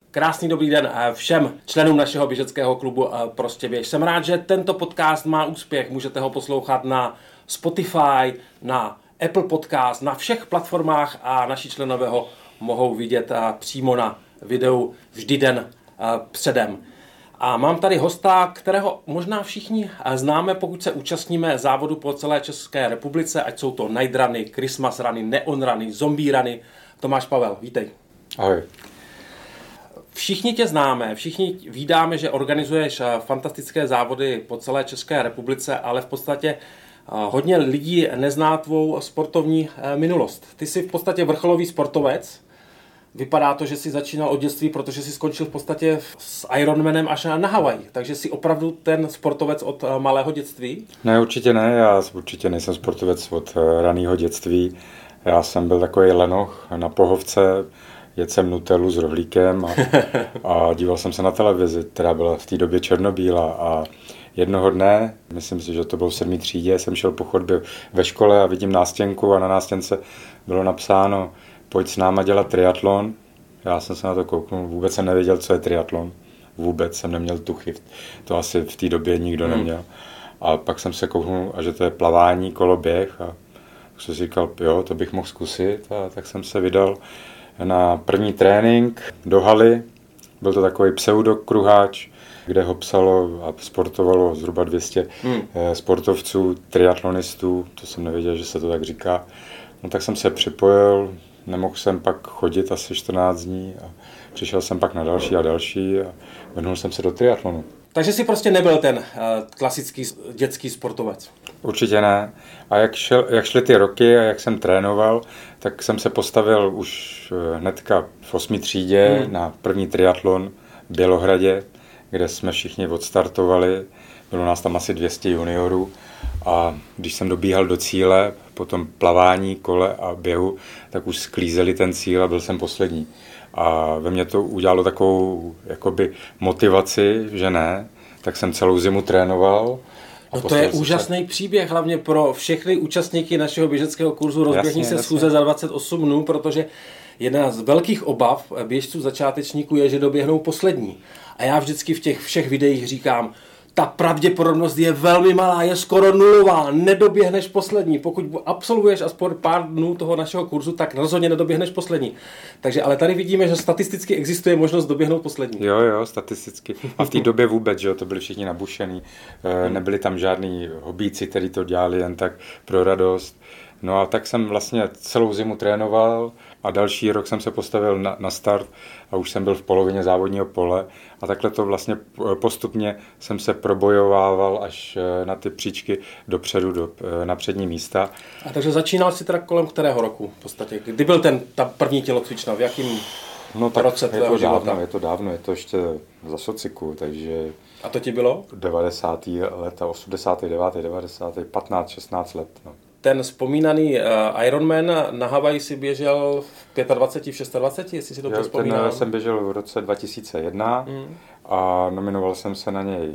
Krásný dobrý den všem členům našeho běžeckého klubu Prostě běž. Jsem rád, že tento podcast má úspěch. Můžete ho poslouchat na Spotify, na Apple Podcast, na všech platformách a naši členové ho mohou vidět přímo na videu vždy den předem. A mám tady hosta, kterého možná všichni známe, pokud se účastníme závodu po celé České republice, ať jsou to night runy, Christmas runy, neon runy, zombie runy. Tomáš Pavel, vítej. Ahoj. Všichni tě známe, všichni vídáme, že organizuješ fantastické závody po celé České republice, ale v podstatě hodně lidí nezná tvou sportovní minulost. Ty jsi v podstatě vrcholový sportovec. Vypadá to, že jsi začínal od dětství, protože jsi skončil v podstatě s Ironmanem až na Havaji. Takže jsi opravdu ten sportovec od malého dětství? Ne, určitě ne. Já určitě nejsem sportovec od raného dětství. Já jsem byl takový lenoch na pohovce, jedl jsem Nutellu s rohlíkem a díval jsem se na televizi, která byla v té době černobílá. A jednoho dne, myslím si, že to bylo v 7. třídě, jsem šel po chodbě ve škole a vidím nástěnku a na nástěnce bylo napsáno: pojď s náma dělat triatlon. Já jsem se na to kouknul, vůbec jsem nevěděl, co je triatlon. Vůbec jsem neměl tuchy. To asi v té době nikdo neměl. A pak jsem se kouknul, a že to je plavání, koloběh. A tak jsem si říkal, jo, to bych mohl zkusit. A tak jsem se vydal na první trénink do haly. Byl to takový pseudokruháč, kde ho psalo a sportovalo zhruba 200 sportovců, triatlonistů. To jsem nevěděl, že se to tak říká. No tak jsem se připojil. Nemohl jsem pak chodit asi 14 dní a přišel jsem pak na další a další a vrhnul jsem se do triatlonu. Takže jsi prostě nebyl ten klasický dětský sportovec? Určitě ne. A jak šly ty roky a jak jsem trénoval, tak jsem se postavil už hnedka v 8. třídě na první triatlon v Bělohradě, kde jsme všichni odstartovali. Bylo nás tam asi 200 juniorů. A když jsem dobíhal do cíle, po tom plavání, kole a běhu, tak už sklízeli ten cíl a byl jsem poslední. A ve mně to udělalo takovou jakoby motivaci, že ne, tak jsem celou zimu trénoval. No to je úžasný příběh, hlavně pro všechny účastníky našeho běžeckého kurzu Rozběhni se schůze za 28 dnů, protože jedna z velkých obav běžců začátečníků je, že doběhnou poslední. A já vždycky v těch všech videích říkám, ta pravděpodobnost je velmi malá, je skoro nulová, nedoběhneš poslední. Pokud absolvuješ aspoň pár dnů toho našeho kurzu, tak rozhodně nedoběhneš poslední. Takže ale tady vidíme, že statisticky existuje možnost doběhnout poslední. Jo, statisticky. A v té době vůbec, že jo, to byli všichni nabušený. Nebyli tam žádní hobíci, kteří to dělali jen tak pro radost. No a tak jsem vlastně celou zimu trénoval a další rok jsem se postavil na start a už jsem byl v polovině závodního pole a takhle to vlastně postupně jsem se probojovával až na ty příčky dopředu, na přední místa. A takže začínal jsi teda kolem kterého roku v podstatě? Kdy byl ta první tělocvična? V jakým roce tvého života? Je to dávno, je to ještě za sociku, takže... A to ti bylo? 90. let, 89., 90., 15, 16 let, no. Ten vzpomínaný Ironman na Havaji si běžel v 25, v 26, jestli si to vzpomínám? Ten jsem běžel v roce 2001 a nominoval jsem se na něj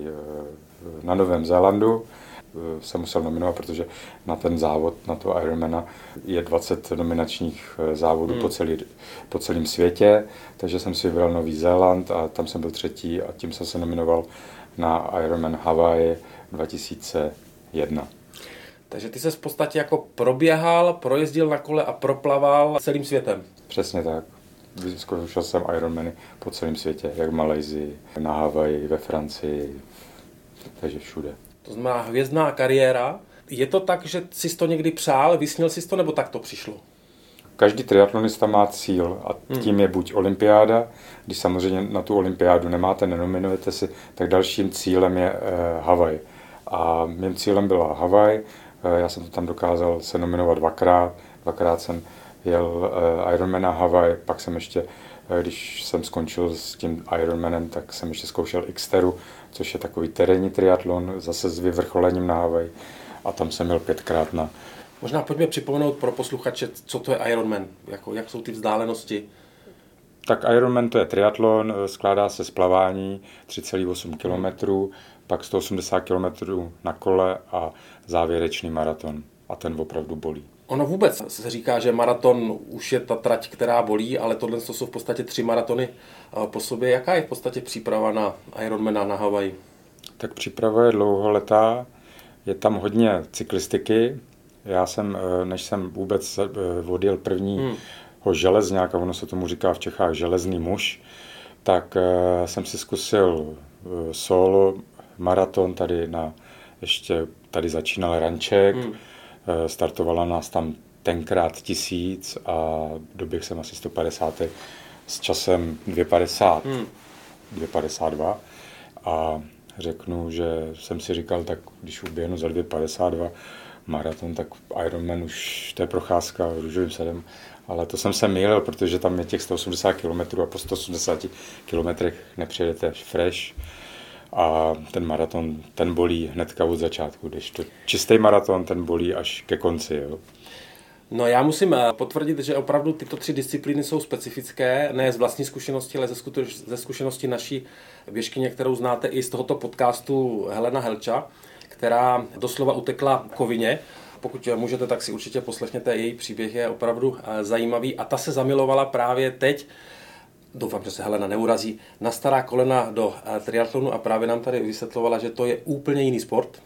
na Novém Zélandu. Jsem musel nominovat, protože na ten závod, na toho Ironmana je 20 nominačních závodů po celém světě, takže jsem si vybral Nový Zéland a tam jsem byl třetí a tím jsem se nominoval na Ironman Hawaii 2001. Takže ty ses v podstatě jako proběhal, projezdil na kole a proplaval celým světem. Přesně tak. Vyzkoušel jsem Ironmany po celém světě, jak v Malajsii, na Havaji, ve Francii, takže všude. To znamená hvězdná kariéra. Je to tak, že jsi to někdy přál, vysnil jsi to, nebo tak to přišlo? Každý triatlonista má cíl a tím je buď olympiáda, když samozřejmě na tu olympiádu nemáte, nenominujete si, tak dalším cílem je Havaj. A mým cílem byla Havaj. Já jsem to tam dokázal se nominovat dvakrát jsem jel Ironman na Havaj, pak jsem ještě, když jsem skončil s tím Ironmanem, tak jsem ještě zkoušel Xteru, což je takový terénní triatlon, zase s vyvrcholením na Havaj a tam jsem jel 5krát na... Možná pojďme připomenout pro posluchače, co to je Ironman, jak jsou ty vzdálenosti. Tak Ironman to je triatlon, skládá se z plavání 3,8 km, pak 180 km na kole a závěrečný maraton. A ten opravdu bolí. Ono vůbec se říká, že maraton už je ta trať, která bolí, ale tohle jsou v podstatě 3 maratony po sobě. Jaká je v podstatě příprava na Ironmana na Havaji? Tak příprava je dlouholetá, je tam hodně cyklistiky. Já jsem, než jsem vůbec odjel prvního železňáka, ono se tomu říká v Čechách železný muž, tak jsem si zkusil solo maraton ještě tady začínal Ranček, startovala nás tam tenkrát 1000 a doběhl jsem asi 150 s časem 2,52 a řeknu, že jsem si říkal, tak když uběhnu za 2,52 maraton, tak Ironman už to je procházka růžovým sadem, ale to jsem se mýlil, protože tam je těch 180 km a po 180 km nepřijedete fresh a ten maraton, ten bolí hnedka od začátku, když to čistý maraton, ten bolí až ke konci. Jo. No já musím potvrdit, že opravdu tyto 3 disciplíny jsou specifické, ne z vlastní zkušenosti, ale ze zkušenosti naší běžkyně, kterou znáte i z tohoto podcastu Helena Helča, která doslova utekla kovině. Pokud můžete, tak si určitě poslechněte, její příběh je opravdu zajímavý a ta se zamilovala právě teď, doufám, že se Helena neurazí, na stará kolena do triatlonu a právě nám tady vysvětlovala, že to je úplně jiný sport,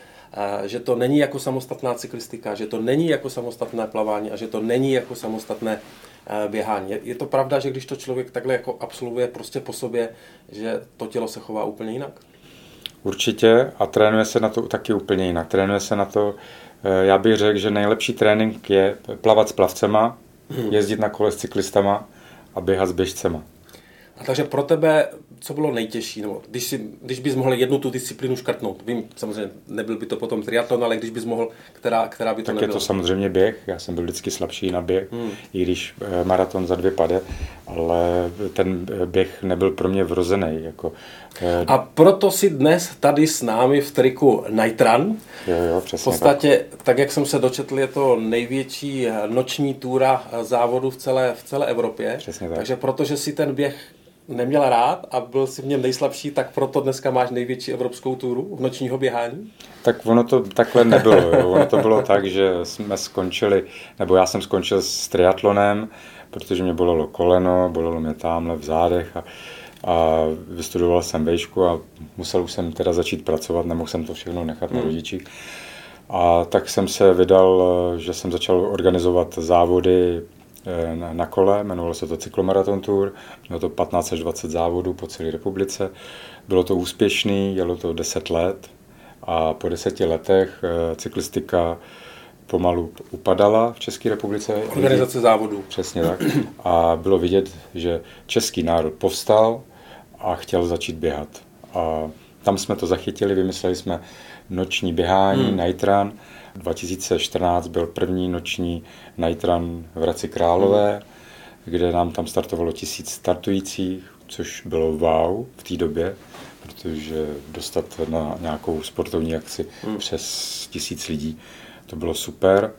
že to není jako samostatná cyklistika, že to není jako samostatné plavání a že to není jako samostatné běhání. Je to pravda, že když to člověk takhle jako absolvuje prostě po sobě, že to tělo se chová úplně jinak? Určitě a trénuje se na to taky úplně jinak. Trénuje se na to, já bych řekl, že nejlepší trénink je plavat s plavcema, jezdit na kole s cyklistama a běhat s běžcema. A takže pro tebe, co bylo nejtěžší, nebo když bys mohl jednu tu disciplínu škrtnout, vím, samozřejmě nebyl by to potom triatlon, ale když bys mohl, která by to tak nebyla? Tak je to samozřejmě běh, já jsem byl vždycky slabší na běh, i když maraton za 2 pade, ale ten běh nebyl pro mě vrozený. A proto si dnes tady s námi v triku Night Run. Jo, přesně. V podstatě, tak jak jsem se dočetl, je to největší noční túra závodu v celé Evropě. Přesně tak. Takže protože si ten běh neměl rád a byl si v něm nejslabší, tak proto dneska máš největší evropskou túru v nočního běhání? Tak ono to takhle nebylo. Jo. Ono to bylo tak, že jsme skončili, nebo já jsem skončil s triatlonem, protože mě bolelo koleno, bolelo mě tamhle v zádech a vystudoval jsem vejšku a musel už jsem teda začít pracovat, nemohl jsem to všechno nechat na rodičích. A tak jsem se vydal, že jsem začal organizovat závody na kole, jmenovalo se to Cyklomarathon Tour, bylo to 15 až 20 závodů po celé republice. Bylo to úspěšný, jelo to 10 let a po 10 letech cyklistika pomalu upadala v České republice. Organizace závodů. Přesně tak. A bylo vidět, že český národ povstal a chtěl začít běhat. A tam jsme to zachytili, vymysleli jsme noční běhání, Night Run. 2014 byl první noční Night Run v Hradci Králové, kde nám tam startovalo 1000 startujících, což bylo wow v té době, protože dostat na nějakou sportovní akci přes 1000 lidí, to bylo super.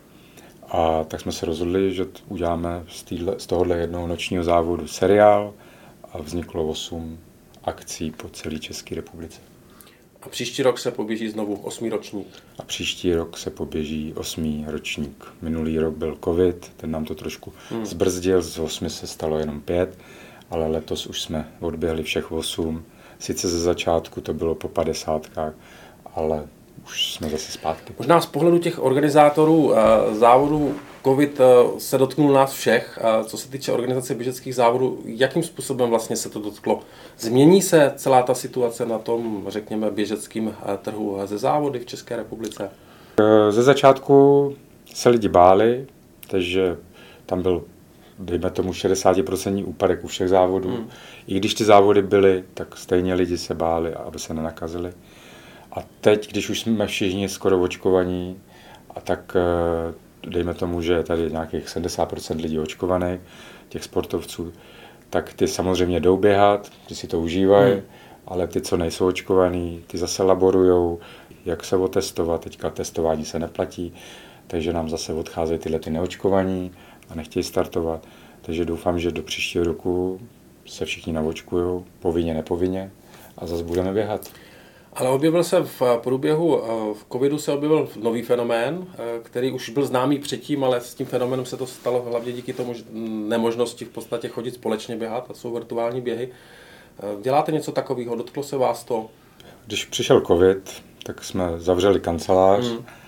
A tak jsme se rozhodli, že uděláme z tohohle jednoho nočního závodu seriál a vzniklo 8 akcí po celé České republice. A příští rok se poběží znovu 8. ročník. A příští rok se poběží 8. ročník. Minulý rok byl covid, ten nám to trošku zbrzdil, z 8 se stalo jenom 5, ale letos už jsme odběhli všech 8. Sice ze začátku to bylo po 50, ale už jsme zase zpátky. Možná z pohledu těch organizátorů závodů covid se dotknul nás všech. Co se týče organizace běžeckých závodů, jakým způsobem vlastně se to dotklo? Změní se celá ta situace na tom, řekněme, běžeckým trhu ze závody v České republice? Ze začátku se lidi báli, takže tam byl, dejme tomu, 60% úpadek u všech závodů. I když ty závody byly, tak stejně lidi se báli, aby se nenakazili. A teď, když už jsme všichni skoro očkovaní, a tak dejme tomu, že je tady nějakých 70% lidí očkovaných, těch sportovců, tak ty samozřejmě jdou běhat, ty si to užívají, ale ty, co nejsou očkovaní, ty zase laborujou, jak se otestovat, teďka testování se neplatí, takže nám zase odcházejí tyhle ty neočkovaní a nechtějí startovat. Takže doufám, že do příštího roku se všichni naočkujou, povinně, nepovinně, a zase budeme běhat. Ale objevil se v průběhu v covidu se objevil nový fenomén, který už byl známý předtím, ale s tím fenoménem se to stalo hlavně díky tomu nemožnosti v podstatě chodit společně běhat, a jsou virtuální běhy. Děláte něco takového? Dotklo se vás to? Když přišel covid, tak jsme zavřeli kancelář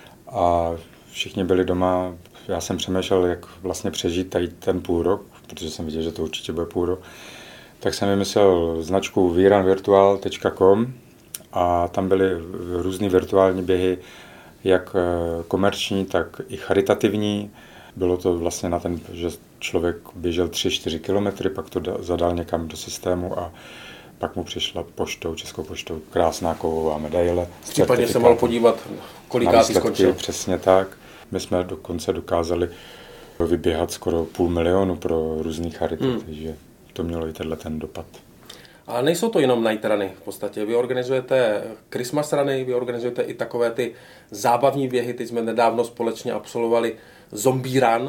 a všichni byli doma. Já jsem přemýšlel, jak vlastně přežít tady ten půl rok, protože jsem viděl, že to určitě bude půl rok. Tak jsem vymyslel značku weranvirtual.com a tam byly různé virtuální běhy, jak komerční, tak i charitativní. Bylo to vlastně na ten, že člověk běžel 3-4 kilometry, pak to zadal někam do systému a pak mu přišla poštou, Českou poštou, krásná kovová medaile. Případně se mohl podívat, kolikátý skončil. Přesně tak. My jsme dokonce dokázali vyběhat skoro 500 000 pro různý charity, takže to mělo i ten dopad. A nejsou to jenom night runy v podstatě. Vy organizujete Christmas runy, vy organizujete i takové ty zábavní běhy. Teď jsme nedávno společně absolvovali Zombie Run,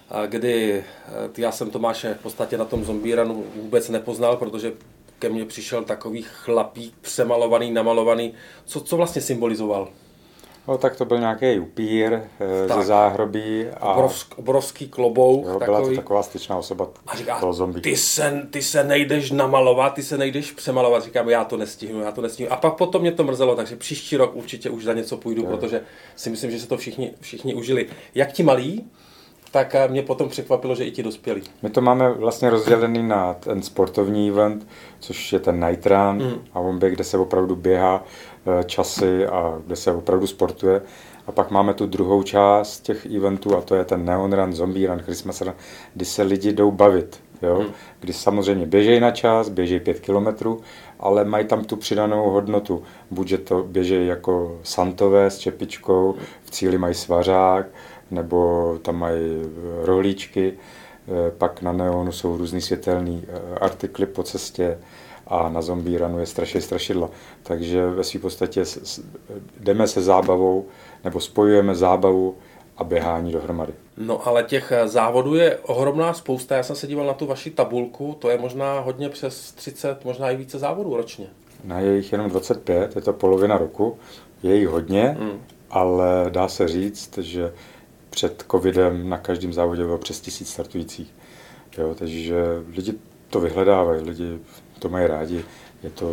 kdy já jsem Tomáše v podstatě na tom Zombie Runu vůbec nepoznal, protože ke mně přišel takový chlapík přemalovaný, namalovaný. Co vlastně symbolizoval? No tak to byl nějaký upír ze záhrobí. A obrovský klobouk. Jo, byla to taková styčná osoba toho zombie. Ty se nejdeš namalovat, ty se nejdeš přemalovat. Říkám, já to nestihnu. A pak potom mě to mrzelo, takže příští rok určitě už za něco půjdu, protože si myslím, že se to všichni užili. Jak ti malí, tak mě potom překvapilo, že i ti dospělí. My to máme vlastně rozdělený na ten sportovní event, což je ten night run a on běh, kde se opravdu běhá časy a kde se opravdu sportuje. A pak máme tu druhou část těch eventů a to je ten Neon Run, Zombie Run, Christmas Run, kdy se lidi jdou bavit. Jo? Kdy samozřejmě běžejí na čas, běžejí 5 kilometrů, ale mají tam tu přidanou hodnotu. Buď že to běžejí jako santové s čepičkou, v cíli mají svařák, nebo tam mají rohlíčky, pak na Neonu jsou různý světelný artikly po cestě a na Zombie Runu je strašidla. Takže ve své podstatě jdeme se zábavou, nebo spojujeme zábavu a běhání dohromady. No ale těch závodů je ohromná spousta. Já jsem se díval na tu vaši tabulku, to je možná hodně přes 30, možná i více závodů ročně. Na je jich jenom 25, je to polovina roku, je jich hodně, ale dá se říct, že před covidem na každém závodě bylo přes 1000 startujících. Jo, takže lidi to vyhledávají, lidi to mají rádi, je to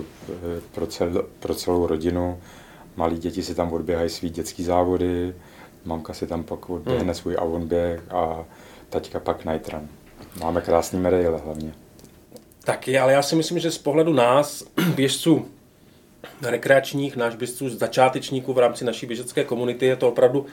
pro celou rodinu. Malí děti si tam odběhají svý dětský závody, mamka si tam pak odběhne svůj Avon běh a taťka pak night run. Máme krásný medaile hlavně. Taky, ale já si myslím, že z pohledu nás, běžců rekreačních, náš běžců začátečníků v rámci naší běžecké komunity, je to opravdu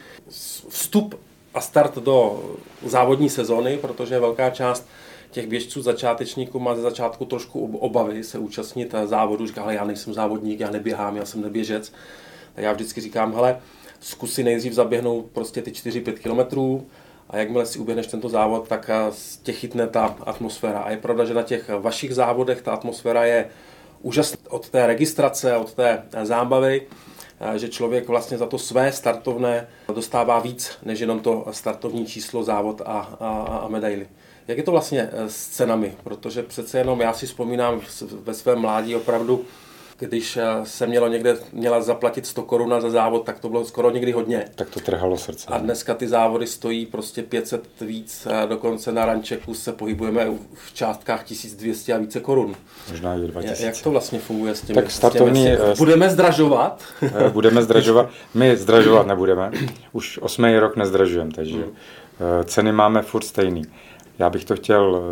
vstup a start do závodní sezóny, protože velká část těch běžců začátečníků má ze začátku trošku obavy se účastnit závodu. Říká, ale já nejsem závodník, já neběhám, já jsem neběžec. Tak já vždycky říkám, hele, zkus si nejdřív zaběhnout prostě ty 4-5 kilometrů a jakmile si uběhneš tento závod, tak tě chytne ta atmosféra. A je pravda, že na těch vašich závodech ta atmosféra je úžasná od té registrace, od té zábavy, že člověk vlastně za to své startovné dostává víc, než jenom to startovní číslo, závod a medaily. Jak je to vlastně s cenami? Protože přece jenom já si vzpomínám ve svém mládí opravdu, když se měla zaplatit 100 korun za závod, tak to bylo skoro někdy hodně. Tak to trhalo srdce. A dneska ty závody stojí prostě 500 víc, dokonce na rančeku se pohybujeme v částkách 1200 a více korun. Možná i 2000. Jak to vlastně funguje s těmi? Tak startovní... Budeme zdražovat? Budeme zdražovat. My zdražovat nebudeme. Už 8. rok nezdražujeme, takže ceny máme furt stejný. Já bych to chtěl,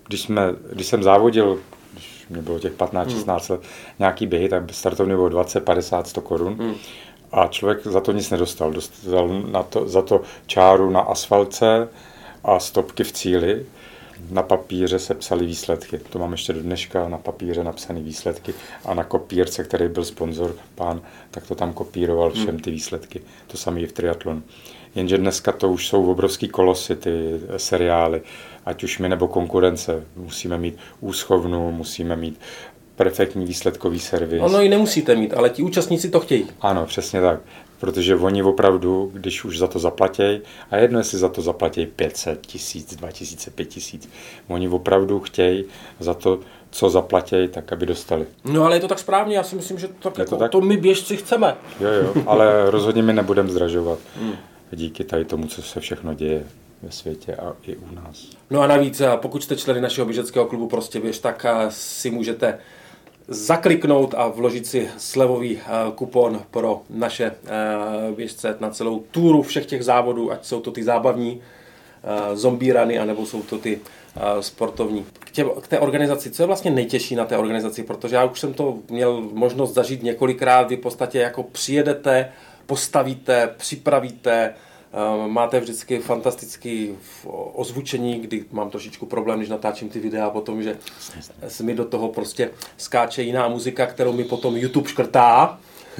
když jsem závodil, když mě bylo těch 15-16 let, nějaký běhy, tak startovny bylo 20, 50, 100 korun. A člověk za to nic nedostal. Dostal za to čáru na asfaltce a stopky v cíli. Na papíře se psaly výsledky. To mám ještě do dneška na papíře napsané výsledky a na kopírce, který byl sponzor, pán, tak to tam kopíroval všem ty výsledky. To samé i v triatlonu. Jenže dneska to už jsou obrovský kolosy, ty seriály, ať už my nebo konkurence. Musíme mít úschovnu, musíme mít perfektní výsledkový servis. Ono ji nemusíte mít, ale ti účastníci to chtějí. Ano, přesně tak. Protože oni opravdu, když už za to zaplatějí, a jedno jestli za to zaplatějí 500, 1000, 2000, 5000, oni opravdu chtějí za to co zaplatí, tak aby dostali. No ale je to tak správně, já si myslím, že to my běžci chceme. Jo, ale rozhodně my nebudeme zdražovat díky tady tomu, co se všechno děje ve světě a i u nás. No a navíc, pokud jste členy našeho běžeckého klubu Prostě běž, tak si můžete zakliknout a vložit si slevový kupon pro naše běžce na celou túru všech těch závodů, ať jsou to ty zábavní zombie runy, anebo jsou to ty sportovní. K té organizaci, co je vlastně nejtěžší na té organizaci, protože já už jsem to měl možnost zažít několikrát, vy v podstatě jako přijedete, postavíte, připravíte, máte vždycky fantastické ozvučení, kdy mám trošičku problém, když natáčím ty videa potom, že se mi do toho prostě skáče jiná muzika, kterou mi potom YouTube škrtá.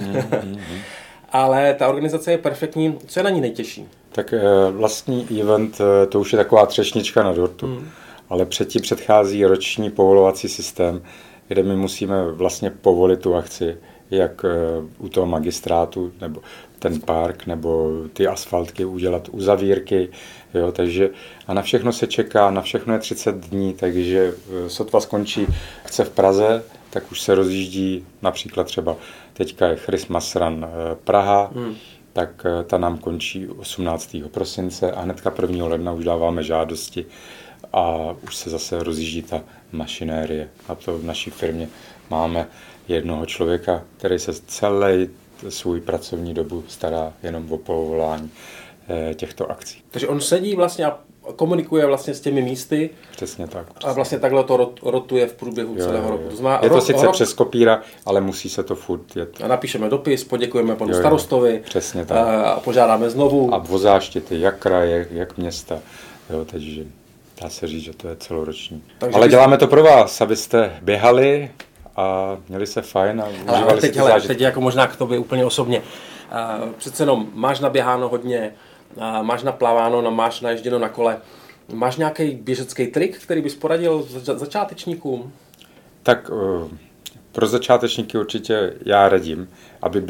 Ale ta organizace je perfektní. Co je na ní nejtěžší? Tak vlastní event, to už je taková třešnička na dortu, ale předtím předchází roční povolovací systém, kde my musíme vlastně povolit tu akci, jak u toho magistrátu, nebo ten park, nebo ty asfaltky, udělat uzavírky, jo, takže a na všechno se čeká, na všechno je 30 dní, takže sotva skončí akce v Praze, tak už se rozjíždí například třeba teďka je Christmas Run Praha, tak ta nám končí 18. prosince a hnedka 1. ledna už dáváme žádosti a už se zase rozjíždí ta mašinérie. A to v naší firmě máme jednoho člověka, který se celý svůj pracovní dobu stará jenom o povolání těchto akcí. Takže on sedí vlastně a komunikuje vlastně s těmi místy. Přesně tak. A vlastně takhle to rotuje v průběhu celého roku. To znamená, je to sice přes kopíra, ale musí se to furt jet. A napíšeme dopis, poděkujeme panu starostovi. Přesně tak. A požádáme znovu. A o záštity, jak kraje, jak města. Jo, takže dá se říct, že to je celoroční. Takže ale děláme to pro vás, abyste běhali a měli se fajn a užívali si ty zážitky. Teď jako možná k tobě úplně osobně. Přece jenom máš naběháno hodně, máš naplaváno, máš naježděno na kole. Máš nějaký běžecký trik, který bys poradil začátečníkům? Tak pro začátečníky určitě já radím, aby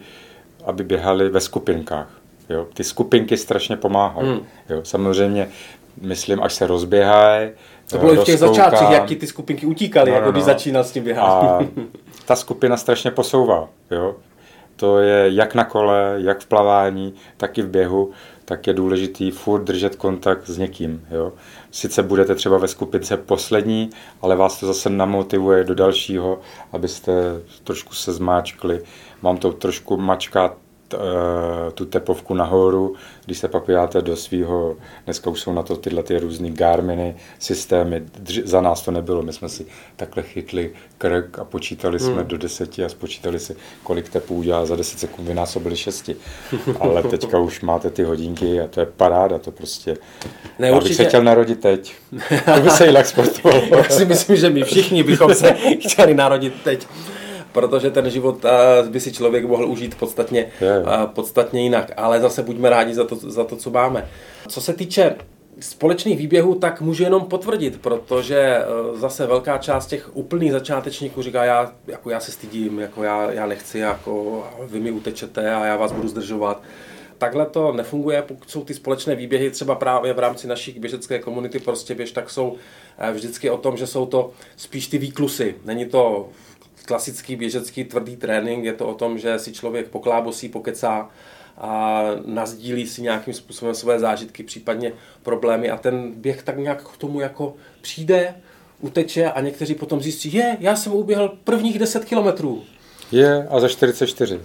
běhali ve skupinkách. Jo? Ty skupinky strašně pomáhají. Jo? Samozřejmě, myslím, až se rozběhají. To bylo i v těch začátcích, jak ti ty skupinky utíkaly, jako když začínal s tím běhat. A ta skupina strašně posouvá. Jo? To je jak na kole, jak v plavání, tak i v běhu, tak je důležitý furt držet kontakt s někým. Jo? Sice budete třeba ve skupince poslední, ale vás to zase namotivuje do dalšího, abyste trošku se zmáčkli. Mám to trošku mačkat tu tepovku nahoru, když se pak vyjáte do svýho, dneska už jsou na to tyhle ty různý Garminy, systémy, za nás to nebylo, my jsme si takhle chytli krk a počítali jsme do 10 a spočítali si, kolik tepů udělá za 10 sekund, vynásobili 6. Ale teďka už máte ty hodinky a to je paráda, to prostě. Ne, já bych se chtěl narodit teď. To by se jinak sportovalo. Já si myslím, že my všichni bychom se chtěli narodit teď. Protože ten život by si člověk mohl užít podstatně jinak. Ale zase buďme rádi za to, co máme. Co se týče společných výběhů, tak můžu jenom potvrdit, protože zase velká část těch úplných začátečníků říká, já se stydím, jako já nechci, jako vy mi utečete a já vás budu zdržovat. Takhle to nefunguje, pokud jsou ty společné výběhy třeba právě v rámci naší běžecké komunity Prostě běž, tak jsou vždycky o tom, že jsou to spíš ty výklusy. Není to klasický běžecký tvrdý trénink, je to o tom, že si člověk poklábosí, pokecá a nazdílí si nějakým způsobem své zážitky, případně problémy a ten běh tak nějak k tomu jako přijde, uteče a někteří potom zjistí, já jsem uběhl prvních 10 kilometrů. A za 44.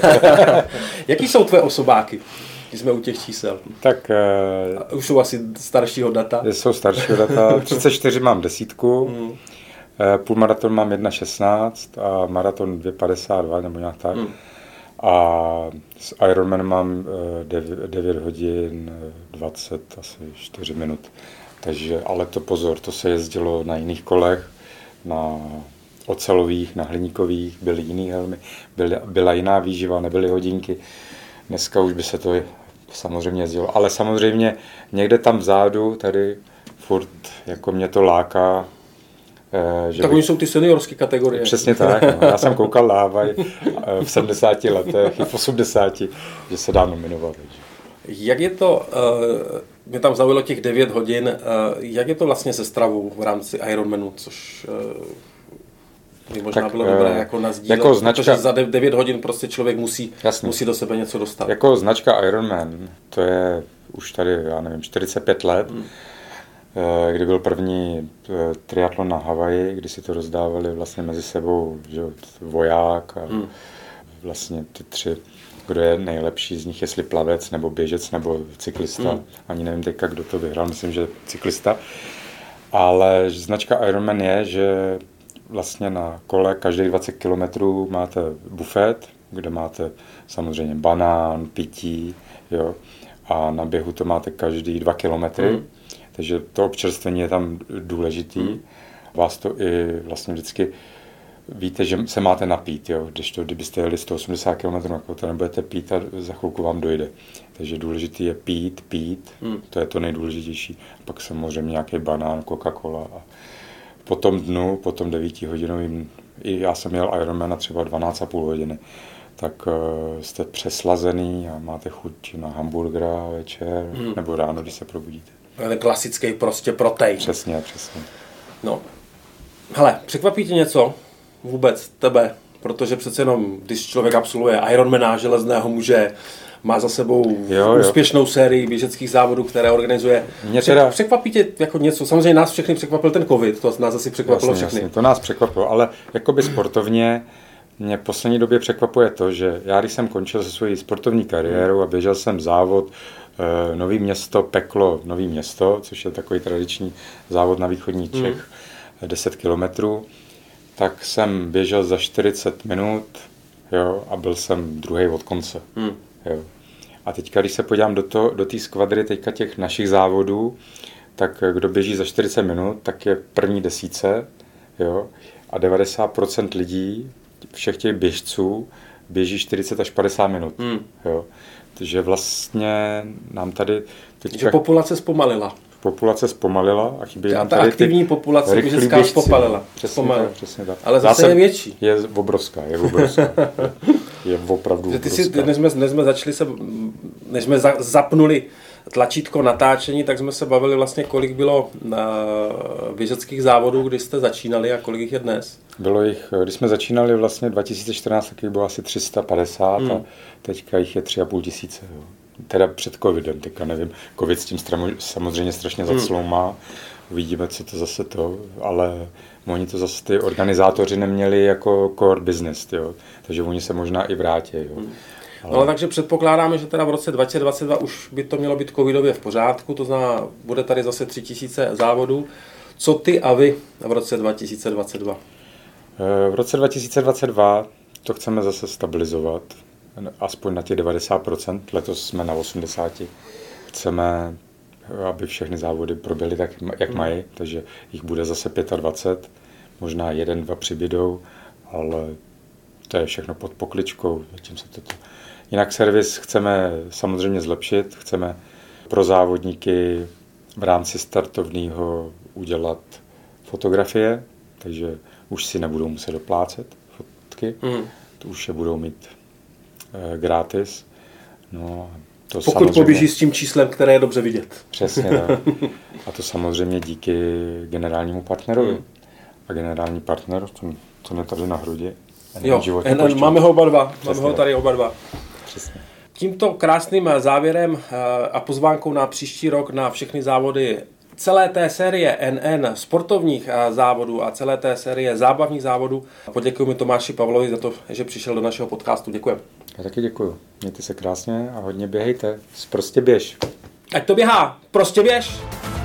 Jaký jsou tvoje osobáky, když jsme u těch čísel? Tak už jsou asi staršího data. Jsou staršího data. 34 mám 10. Půlmaraton mám 1,16 a maraton 2,52 nebo nějak tak. A s Ironman mám 9 hodin 20, asi 4 minut. Takže, ale to pozor, to se jezdilo na jiných kolech, na ocelových, na hliníkových, byly jiný helmy, byla jiná výživa, nebyly hodinky. Dneska už by se to samozřejmě jezdilo, ale samozřejmě někde tam vzadu, tady furt jako mě to láká. Tak oni jsou ty seniorské kategorie. Přesně tak. No. Já jsem koukal na Havaj v 70 letech i v 80, že se dá nominovat. Jak je to, mě tam zaujalo těch 9 hodin, jak je to vlastně se stravou v rámci Ironmanu, což by možná tak, bylo dobré jako nazdílet, jako značka, protože za 9 hodin prostě člověk musí do sebe něco dostat. Jako značka Ironman, to je už tady, já nevím, 45 let, kdy byl první triatlon na Havaji, kdy si to rozdávali vlastně mezi sebou, že, voják a vlastně ty 3, kdo je nejlepší z nich, jestli plavec, nebo běžec, nebo cyklista. Ani nevím teďka, kdo to vyhrál, myslím, že cyklista. Ale značka Ironman je, že vlastně na kole každých 20 kilometrů máte bufet, kde máte samozřejmě banán, pití, jo, a na běhu to máte každý 2 kilometry, takže to občerstvení je tam důležitý. Vás to i vlastně vždycky víte, že se máte napít, jo, kdybyste jeli 180 km, jako to nebudete pít a za chvilku vám dojde. Takže důležitý je pít, to je to nejdůležitější. A pak samozřejmě nějaký banán, Coca-Cola. A po tom dnu, po tom 9hodinovým, i já jsem měl Ironmana třeba 12,5 hodiny, tak jste přeslazený a máte chuť na hamburgera večer, nebo ráno, když se probudíte. Ale klasický prostě protein. Přesně. No. Hele, překvapí tě něco vůbec tebe? Protože přece jenom, když člověk absolvuje Ironmana, železného muže, má za sebou úspěšnou sérii běžeckých závodů, které organizuje. Překvapí tě jako něco? Samozřejmě nás všechny překvapil ten covid, to nás asi překvapilo všechny. To nás překvapilo, ale jakoby sportovně mě v poslední době překvapuje to, že já když jsem končil se svojí sportovní kariérou a běžel jsem závod Nový Město, Peklo, Nový Město, což je takový tradiční závod na východní Čech, 10 kilometrů, tak jsem běžel za 40 minut, jo, a byl jsem druhý od konce. Jo. A teďka, když se podívám do té skvadry teďka těch našich závodů, tak kdo běží za 40 minut, tak je první desíce, jo, a 90% lidí, všech těch běžců, běží 40 až 50 minut. Jo. Takže vlastně nám tady teďka... Že populace zpomalila a chybí nám tady aktivní populace běžecká zpomalila. Přesně tak. Ale zase je větší. Je obrovská. Je opravdu obrovská. Než jsme zapnuli tlačítko natáčení, tak jsme se bavili vlastně, kolik bylo běžeckých závodů, kdy jste začínali a kolik jich je dnes? Bylo jich, když jsme začínali vlastně 2014, tak jich bylo asi 350 a teďka jich je 3,5 tisíce. Jo. Teda před covidem, teďka nevím. Covid s tím samozřejmě strašně zacloumá. Uvidíme, co to zase ale oni to zase ty organizátoři neměli jako core business, jo. Takže oni se možná i vrátí. Jo. Ale takže předpokládáme, že teda v roce 2022 už by to mělo být covidově v pořádku, to znamená, bude tady zase 3000 závodů. Co ty a vy v roce 2022? V roce 2022 to chceme zase stabilizovat, aspoň na těch 90%, letos jsme na 80%. Chceme, aby všechny závody proběhly tak, jak mají, takže jich bude zase 25, možná 1-2 přibydou, ale to je všechno pod pokličkou. Jinak servis chceme samozřejmě zlepšit, chceme pro závodníky v rámci startovního udělat fotografie, takže už si nebudou muset doplácet fotky, to už je budou mít gratis. No, to pokud samozřejmě poběží s tím číslem, které je dobře vidět. Přesně tak. A to samozřejmě díky generálnímu partnerovi. A generální partner, to je tady na hrudi. Máme ho oba dva. Přesně. Tímto krásným závěrem a pozvánkou na příští rok na všechny závody celé té série NN sportovních závodů a celé té série zábavních závodů. Poděkujeme Tomáši Pavlovi za to, že přišel do našeho podcastu. Děkujeme. Já taky děkuju. Mějte se krásně a hodně běhejte. Prostě běž. Ať to běhá. Prostě běž.